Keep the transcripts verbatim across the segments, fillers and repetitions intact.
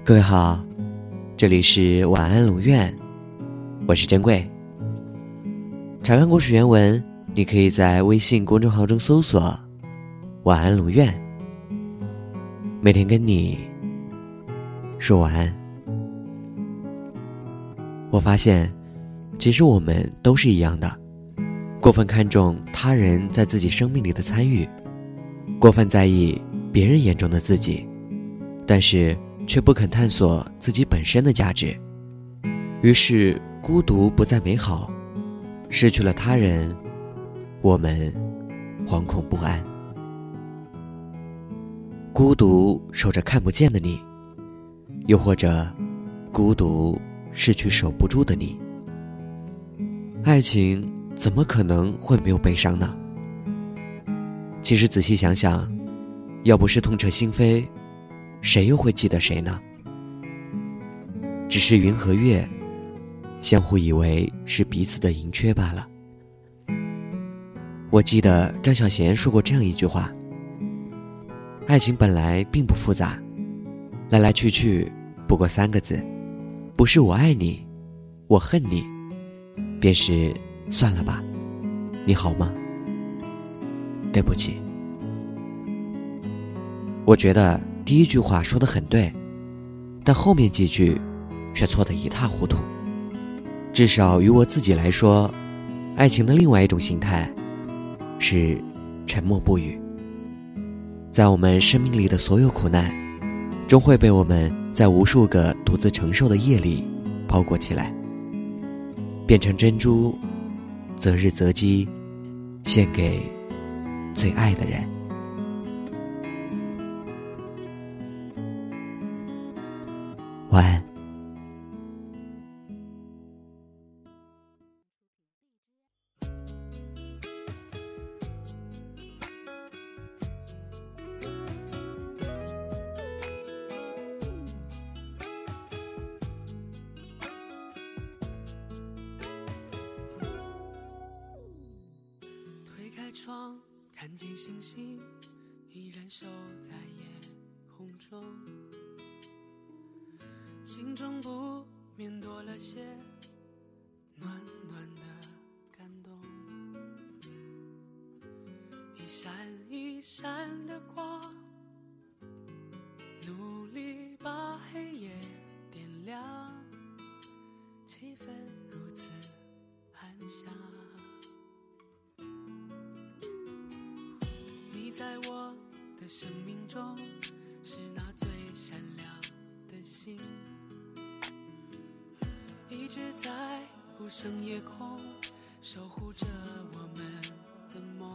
各位好，这里是晚安鲁院，我是珍贵。查看故事原文，你可以在微信公众号中搜索晚安鲁院，每天跟你说晚安。我发现其实我们都是一样的，过分看重他人在自己生命里的参与，过分在意别人眼中的自己，但是却不肯探索自己本身的价值，于是孤独不再美好，失去了他人，我们惶恐不安。孤独守着看不见的你，又或者孤独失去守不住的你。爱情怎么可能会没有悲伤呢？其实仔细想想，要不是痛彻心扉，谁又会记得谁呢？只是云和月相互以为是彼此的盈缺罢了。我记得张小娴说过这样一句话：爱情本来并不复杂，来来去去不过三个字，不是我爱你，我恨你，便是算了吧，你好吗？对不起。我觉得第一句话说得很对，但后面几句却错得一塌糊涂。至少于我自己来说，爱情的另外一种形态是沉默不语。在我们生命里的所有苦难，终会被我们在无数个独自承受的夜里包裹起来，变成珍珠，择日择机，献给最爱的人。晚安。 推开窗，看见星星依然守在夜空中，心中不免多了些暖暖的感动。一闪一闪的光，努力把黑夜点亮，气氛如此安详。你在我的生命中是那最闪亮的星，一直在无声夜空守护着我们的梦。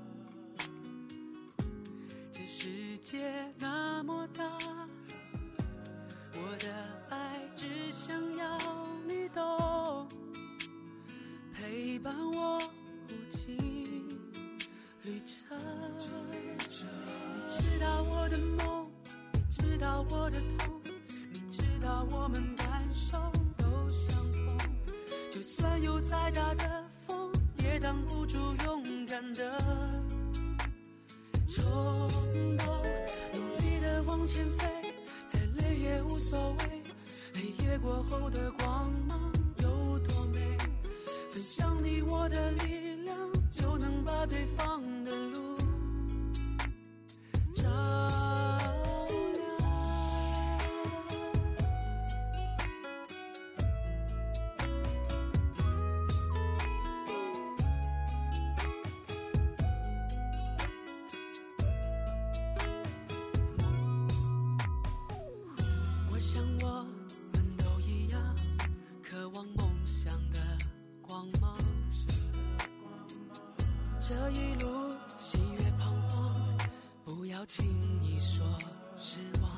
这世界那么大，我的爱只想要你懂，陪伴我无尽旅程。你知道我的梦，你知道我的痛，你知道我们感受都相同。就算有再大的风，也挡不住勇敢的冲动。努力的往前飞，再累也无所谓，黑夜过后的光芒有多美，分享你我的力量，就能把对方的路照亮。我想我们都一样，渴望梦想的光芒。这一路喜悦彷徨，不要轻易说失望。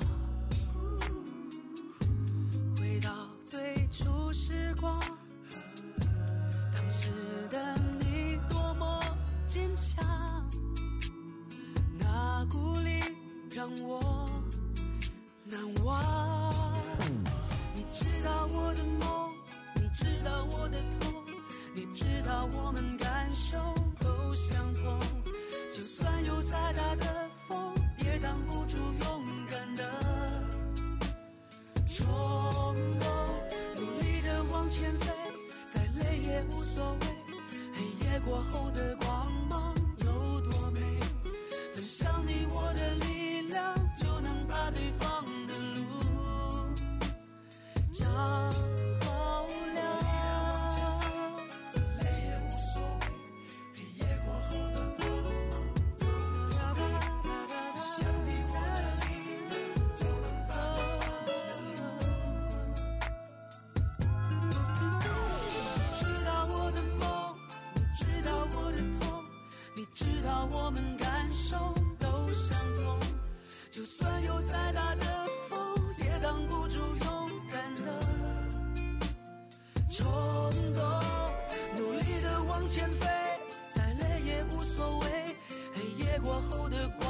回到最初时光，当时的你多么坚强，那鼓励让我难忘。你知道我的梦，你知道我的痛，你知道我们感受都相同。就算有再大的风，也挡不住勇敢的前飞，再累也无所谓，黑夜过后的光芒有多美，分享你我的力量，就能把对方的路照我们感受都相同，就算有再大的风，也挡不住勇敢的冲动。努力的往前飞，再累也无所谓，黑夜过后的光